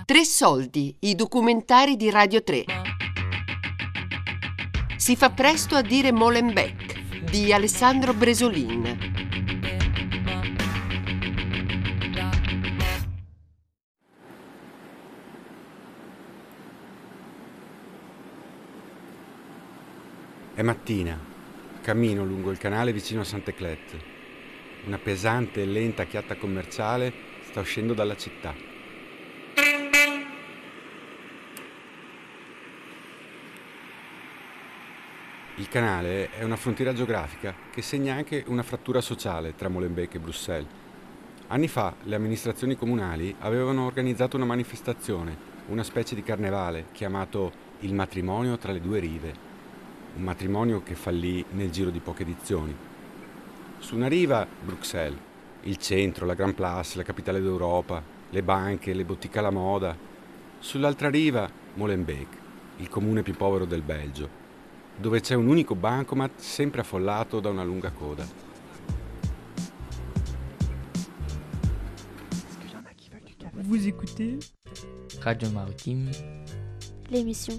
Tre soldi, i documentari di Radio 3. Si fa presto a dire Molenbeek di Alessandro Bresolin. È mattina, cammino lungo il canale vicino a Saint-Éclette. Una pesante e lenta chiatta commerciale sta uscendo dalla città. Il canale è una frontiera geografica che segna anche una frattura sociale tra Molenbeek e Bruxelles. Anni fa le amministrazioni comunali avevano organizzato una manifestazione, una specie di carnevale chiamato il matrimonio tra le due rive. Un matrimonio che fallì nel giro di poche edizioni. Su una riva Bruxelles, il centro, la Grand Place, la capitale d'Europa, le banche, le boutique alla moda. Sull'altra riva Molenbeek, il comune più povero del Belgio, dove c'è un unico bancomat sempre affollato da una lunga coda. Vous écoutez Radio Maritime. L'émission.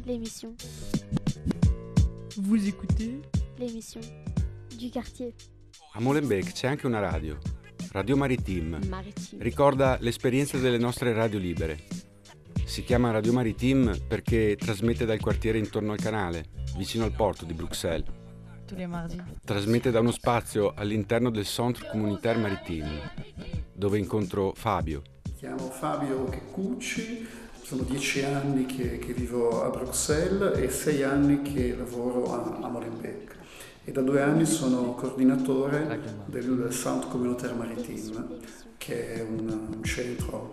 Vous écoutez L'émission du quartier. A Molenbeek c'è anche una radio, Radio Maritime. Ricorda l'esperienza delle nostre radio libere. Si chiama Radio Maritime perché trasmette dal quartiere intorno al canale, vicino al porto di Bruxelles. tous les mardis. Trasmette da uno spazio all'interno del Centre Communautaire Maritime, dove incontro Fabio. Mi chiamo Fabio Checcucci, sono 10 anni che vivo a Bruxelles e 6 anni che lavoro a Molenbeek. E da 2 anni sono coordinatore del Centre Communautaire Maritime, che è un centro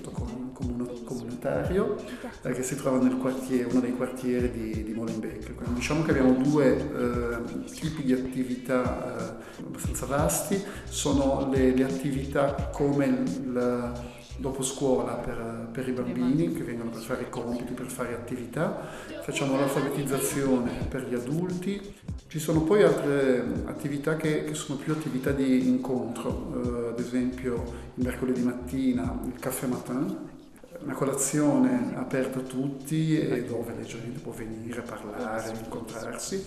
comunitario che si trova nel quartiere, uno dei quartieri di Molenbeek. Quindi diciamo che abbiamo due tipi di attività abbastanza vasti. Sono le attività come il dopo scuola per i bambini che vengono per fare i compiti, per fare attività. Facciamo l'alfabetizzazione per gli adulti. Ci sono poi altre attività che sono più attività di incontro, ad esempio il mercoledì mattina il caffè matin, una colazione aperta a tutti e dove la gente può venire, parlare, incontrarsi.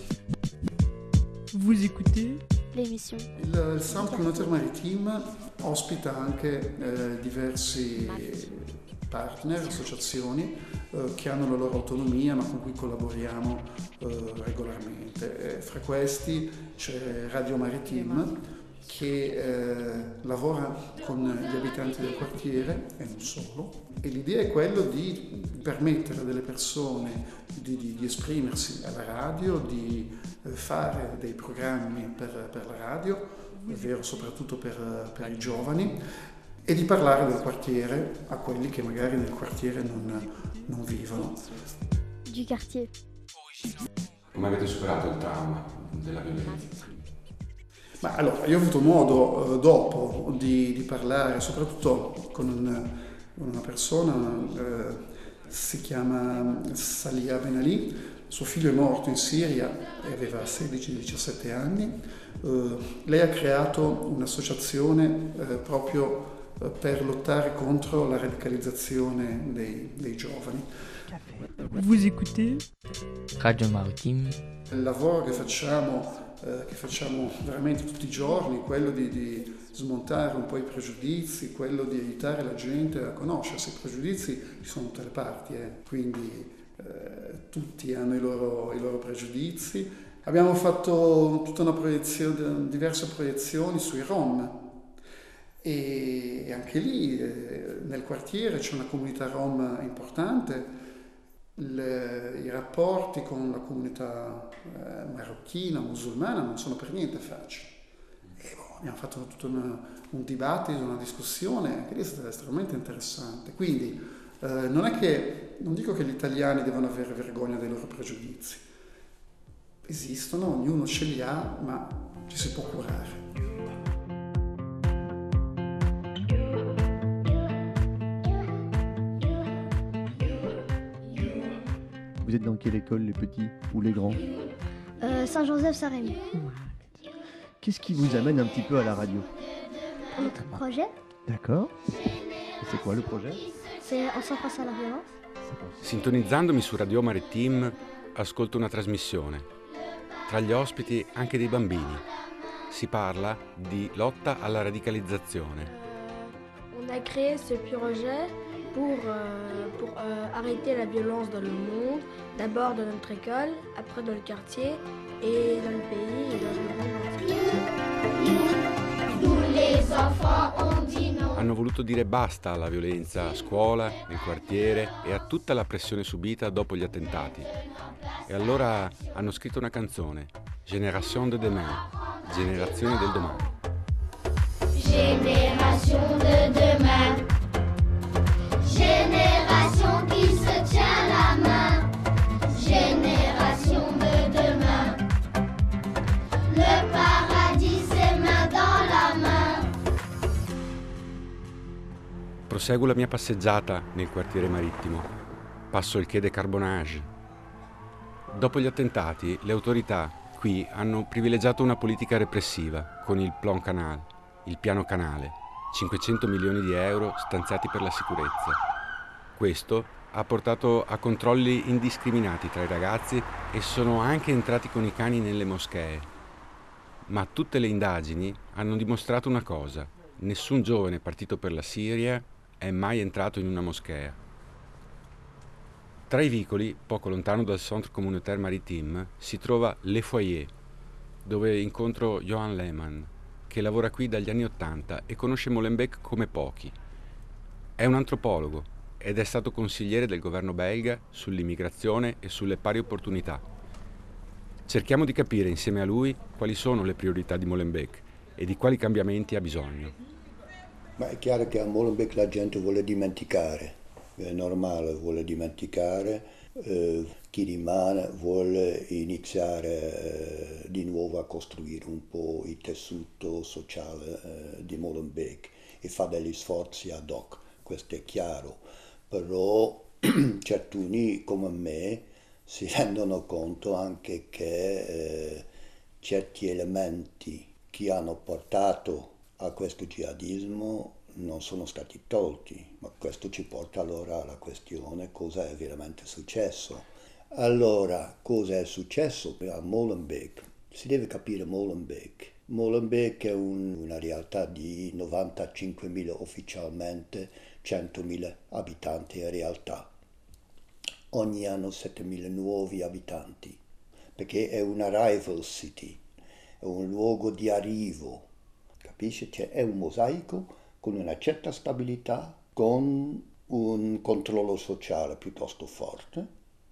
Vous écoutez L'émission. Il Centre Communautaire Maritime ospita anche diversi partner, associazioni che hanno la loro autonomia ma con cui collaboriamo regolarmente. Fra questi c'è Radio Maritime che lavora con gli abitanti del quartiere e non solo, e l'idea è quella di permettere a delle persone di esprimersi alla radio, di fare dei programmi per la radio, è vero soprattutto per i giovani, e di parlare del quartiere a quelli che magari nel quartiere non vivono. Du quartier. Come avete superato il trauma della violenza? Ma allora, io ho avuto modo dopo di parlare soprattutto con una persona, si chiama Salia Ben Ali. Suo figlio è morto in Siria e aveva 16-17 anni. Lei ha creato un'associazione proprio per lottare contro la radicalizzazione dei giovani. Vous écoutez Radio Maritime. Il lavoro che facciamo veramente tutti i giorni, quello di smontare un po' i pregiudizi, quello di aiutare la gente a conoscersi. I pregiudizi ci sono da tutte le parti, quindi tutti hanno i loro pregiudizi. Abbiamo fatto tutta una proiezione, diverse proiezioni sui Rom, e anche lì nel quartiere c'è una comunità Rom importante. I rapporti con la comunità marocchina, musulmana non sono per niente facili. Abbiamo fatto tutto un dibattito, una discussione, anche lì è stata estremamente interessante. Quindi non dico che gli italiani devono avere vergogna dei loro pregiudizi. Esistono, ognuno ce li ha, ma ci si può curare. Vous êtes dans quelle école, les petits ou les grands? Saint-Joseph-Saint-Rémy. Qu'est-ce qui vous amène un petit peu à la radio? Notre projet, D'accord. Et c'est quoi le projet? On sent face à la violence. Sintonizzandomi su Radio Maritime, ascolto una trasmissione. Tra gli ospiti anche dei bambini. Si parla di lotta alla radicalizzazione. On a créé ce projet pour arrêter la violence dans le monde, d'abord dans notre école, après dans le quartier et dans le pays et dans le monde entier. Hanno voluto dire basta alla violenza a scuola, nel quartiere e a tutta la pressione subita dopo gli attentati. E allora hanno scritto una canzone, Génération de demain, Generazione del domani. Génération de demain, génération qui se tient la main, génération de demain, le paradis c'est main dans la main. Proseguo la mia passeggiata nel quartiere marittimo. Passo il quai des Carbonages. Dopo gli attentati, le autorità qui hanno privilegiato una politica repressiva con il Plan Canal, il piano canale, 500 milioni di euro stanziati per la sicurezza. Questo ha portato a controlli indiscriminati tra i ragazzi e sono anche entrati con i cani nelle moschee. Ma tutte le indagini hanno dimostrato una cosa: nessun giovane partito per la Siria è mai entrato in una moschea. Tra i vicoli, poco lontano dal Centre Communautaire Maritime, si trova Le Foyer, dove incontro Johan Lehmann, che lavora qui dagli anni '80 e conosce Molenbeek come pochi. È un antropologo ed è stato consigliere del governo belga sull'immigrazione e sulle pari opportunità. Cerchiamo di capire insieme a lui quali sono le priorità di Molenbeek e di quali cambiamenti ha bisogno. Ma è chiaro che a Molenbeek la gente vuole dimenticare, è normale, vuole dimenticare, chi rimane vuole iniziare di nuovo a costruire un po' il tessuto sociale di Molenbeek e fa degli sforzi ad hoc, questo è chiaro, però certuni come me si rendono conto anche che certi elementi che hanno portato a questo jihadismo non sono stati tolti, ma questo ci porta allora alla questione cosa è veramente successo. Allora, cosa è successo a Molenbeek? Si deve capire Molenbeek. Molenbeek è una realtà di 95.000 ufficialmente, 100.000 abitanti in realtà. Ogni anno 7.000 nuovi abitanti, perché è una arrival city, è un luogo di arrivo. Capisci? Cioè, è un mosaico con una certa stabilità, con un controllo sociale piuttosto forte.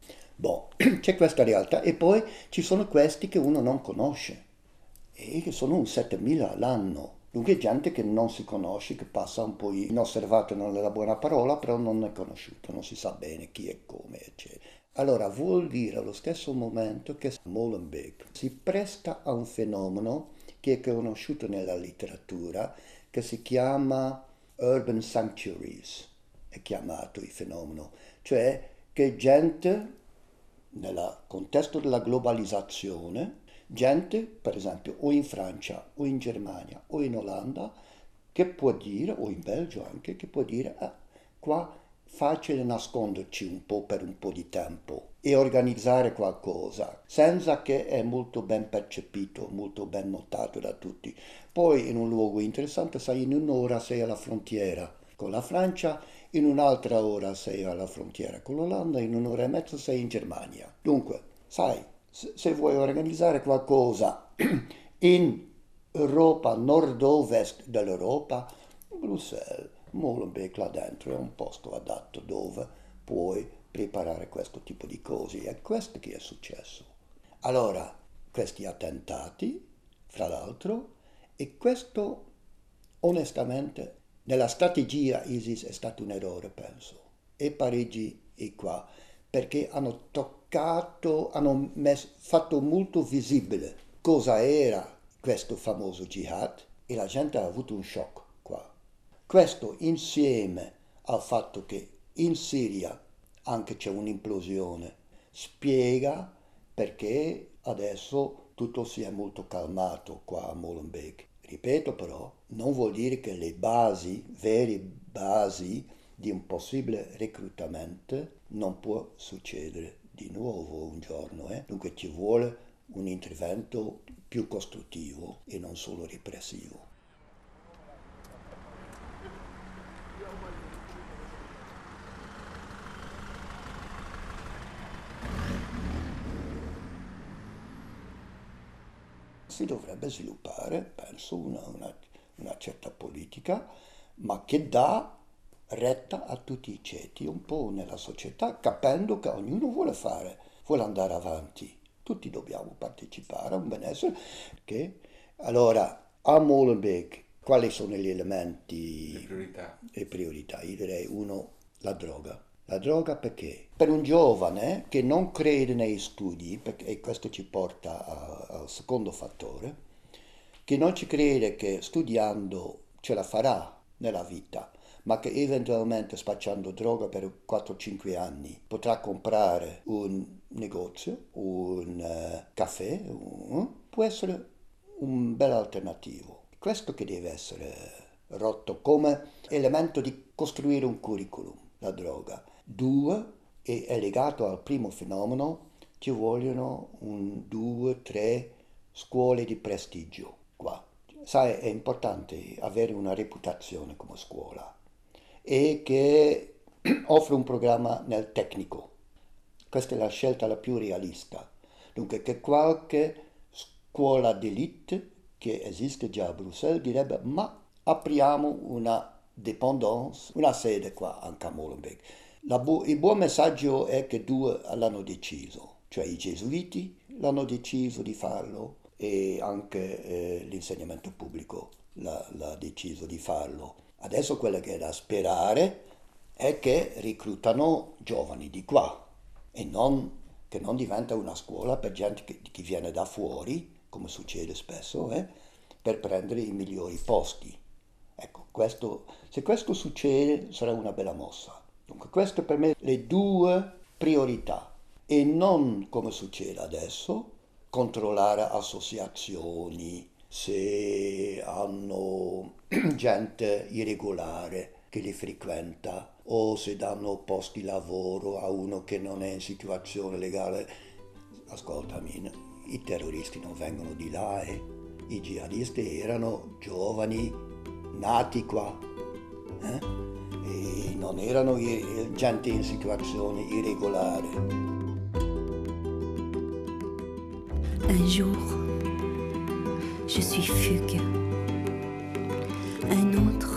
C'è questa realtà e poi ci sono questi che uno non conosce e che sono un 7.000 all'anno. Dunque gente che non si conosce, che passa un po' inosservato, non è la buona parola, però non è conosciuto, non si sa bene chi è come, eccetera. Allora vuol dire allo stesso momento che Molenbeek si presta a un fenomeno che è conosciuto nella letteratura, che si chiama urban sanctuaries, è chiamato il fenomeno, cioè che gente, nel contesto della globalizzazione, gente, per esempio, o in Francia, o in Germania, o in Olanda, che può dire, o in Belgio anche, che può dire, qua facile nasconderci un po' per un po' di tempo e organizzare qualcosa, senza che è molto ben percepito, molto ben notato da tutti. Poi in un luogo interessante, sai, in un'ora sei alla frontiera con la Francia, in un'altra ora sei alla frontiera con l'Olanda, in un'ora e mezza sei in Germania. Dunque, sai, se vuoi organizzare qualcosa in Europa, nord-ovest dell'Europa, Bruxelles, Molenbeek là dentro è un posto adatto dove puoi preparare questo tipo di cose. È questo che è successo. Allora, questi attentati, fra l'altro, e questo onestamente nella strategia ISIS è stato un errore, penso. E Parigi e qua, perché hanno toccato, hanno fatto molto visibile cosa era questo famoso jihad e la gente ha avuto un shock qua. Questo insieme al fatto che in Siria anche c'è un'implosione spiega perché adesso tutto si è molto calmato qua a Molenbeek. Ripeto però, non vuol dire che le basi, vere basi di un possibile reclutamento non può succedere di nuovo un giorno. Dunque ci vuole un intervento più costruttivo e non solo repressivo. Si dovrebbe sviluppare, penso, una certa politica, ma che dà retta a tutti i ceti, un po' nella società, capendo che ognuno vuole andare avanti. Tutti dobbiamo partecipare a un benessere. Allora, a Molenbeek, quali sono gli elementi? Le priorità. Io direi uno, la droga. La droga perché? Per un giovane che non crede nei studi, e questo ci porta al secondo fattore, che non ci crede che studiando ce la farà nella vita, ma che eventualmente spacciando droga per 4-5 anni potrà comprare un negozio, un caffè, può essere un bel alternativo. Questo che deve essere rotto come elemento di costruire un curriculum, la droga. 2, e è legato al primo fenomeno, ci vogliono 2-3 scuole di prestigio qua. Sai, è importante avere una reputazione come scuola e che offre un programma nel tecnico. Questa è la scelta la più realista. Dunque che qualche scuola d'élite che esiste già a Bruxelles direbbe ma apriamo una dépendance, una sede qua anche a Molenbeek. Il buon messaggio è che 2 l'hanno deciso, cioè i gesuiti l'hanno deciso di farlo e anche l'insegnamento pubblico l'ha deciso di farlo. Adesso quello che è da sperare è che reclutano giovani di qua e che non diventa una scuola per gente che viene da fuori, come succede spesso, per prendere i migliori posti. Ecco, se questo succede sarà una bella mossa. Dunque queste per me le 2 priorità e non come succede adesso, controllare associazioni se hanno gente irregolare che li frequenta o se danno posti di lavoro a uno che non è in situazione legale. Ascoltami, i terroristi non vengono di là, i jihadisti erano giovani nati qua. E non erano gente in situazioni irregolari. Un jour, je suis fugue. Un autre,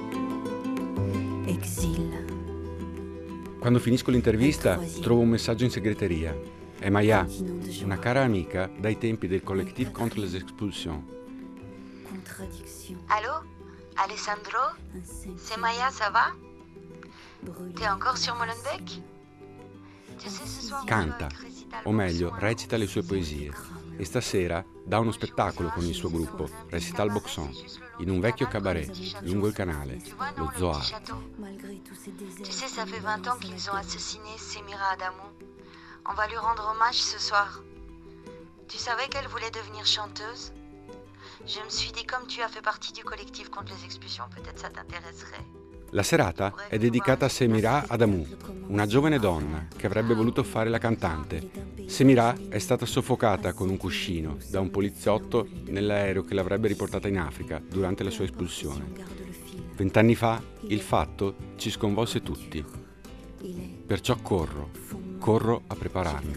exil. Quando finisco l'intervista trovo un messaggio in segreteria. È Maya, una cara amica dai tempi del Collectif contre les expulsions. Allô, Alessandro? C'est Maya, ça va? T'es encore sur Molenbeek? Canta, o meglio, recita le sue poesie e stasera dà uno spettacolo con il suo gruppo, Recital Boxon, in un vecchio cabaret lungo il canale, lo Zohar. Tu sais, ça fait 20 ans qu'ils ont assassiné Semira Adamou. On va lui rendre hommage ce soir. Tu savais qu'elle voulait devenir chanteuse? Je me suis dit, comme tu as fait partie du collectif contre les expulsions, peut-être ça t'intéresserait. La serata è dedicata a Semira Adamou, una giovane donna che avrebbe voluto fare la cantante. Semira è stata soffocata con un cuscino da un poliziotto nell'aereo che l'avrebbe riportata in Africa durante la sua espulsione. 20 anni fa il fatto ci sconvolse tutti. Perciò corro a prepararmi.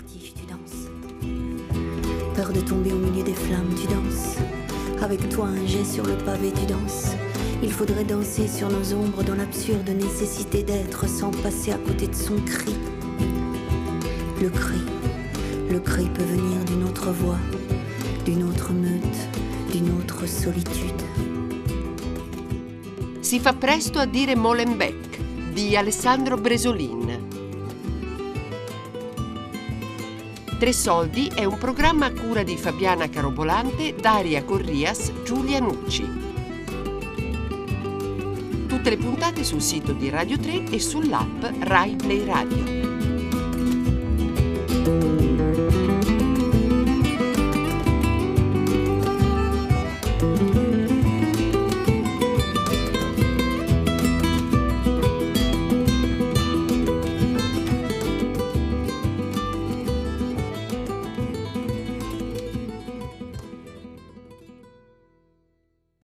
Peur de tomber au milieu des flammes, tu danses. Avec toi un jet sur le pavé, tu danses. Il faudrait danser sur nos ombres dans l'absurde nécessité d'être sans passer à côté de son cri. Le cri peut venir d'une autre voix, d'une autre meute, d'une autre solitude. Si fa presto a dire Molenbeek di Alessandro Bresolin. Tre Soldi è un programma a cura di Fabiana Carobolante, Daria Corrias, Giulia Nucci. Tutte le puntate sul sito di Radio 3 e sull'app Rai Play Radio.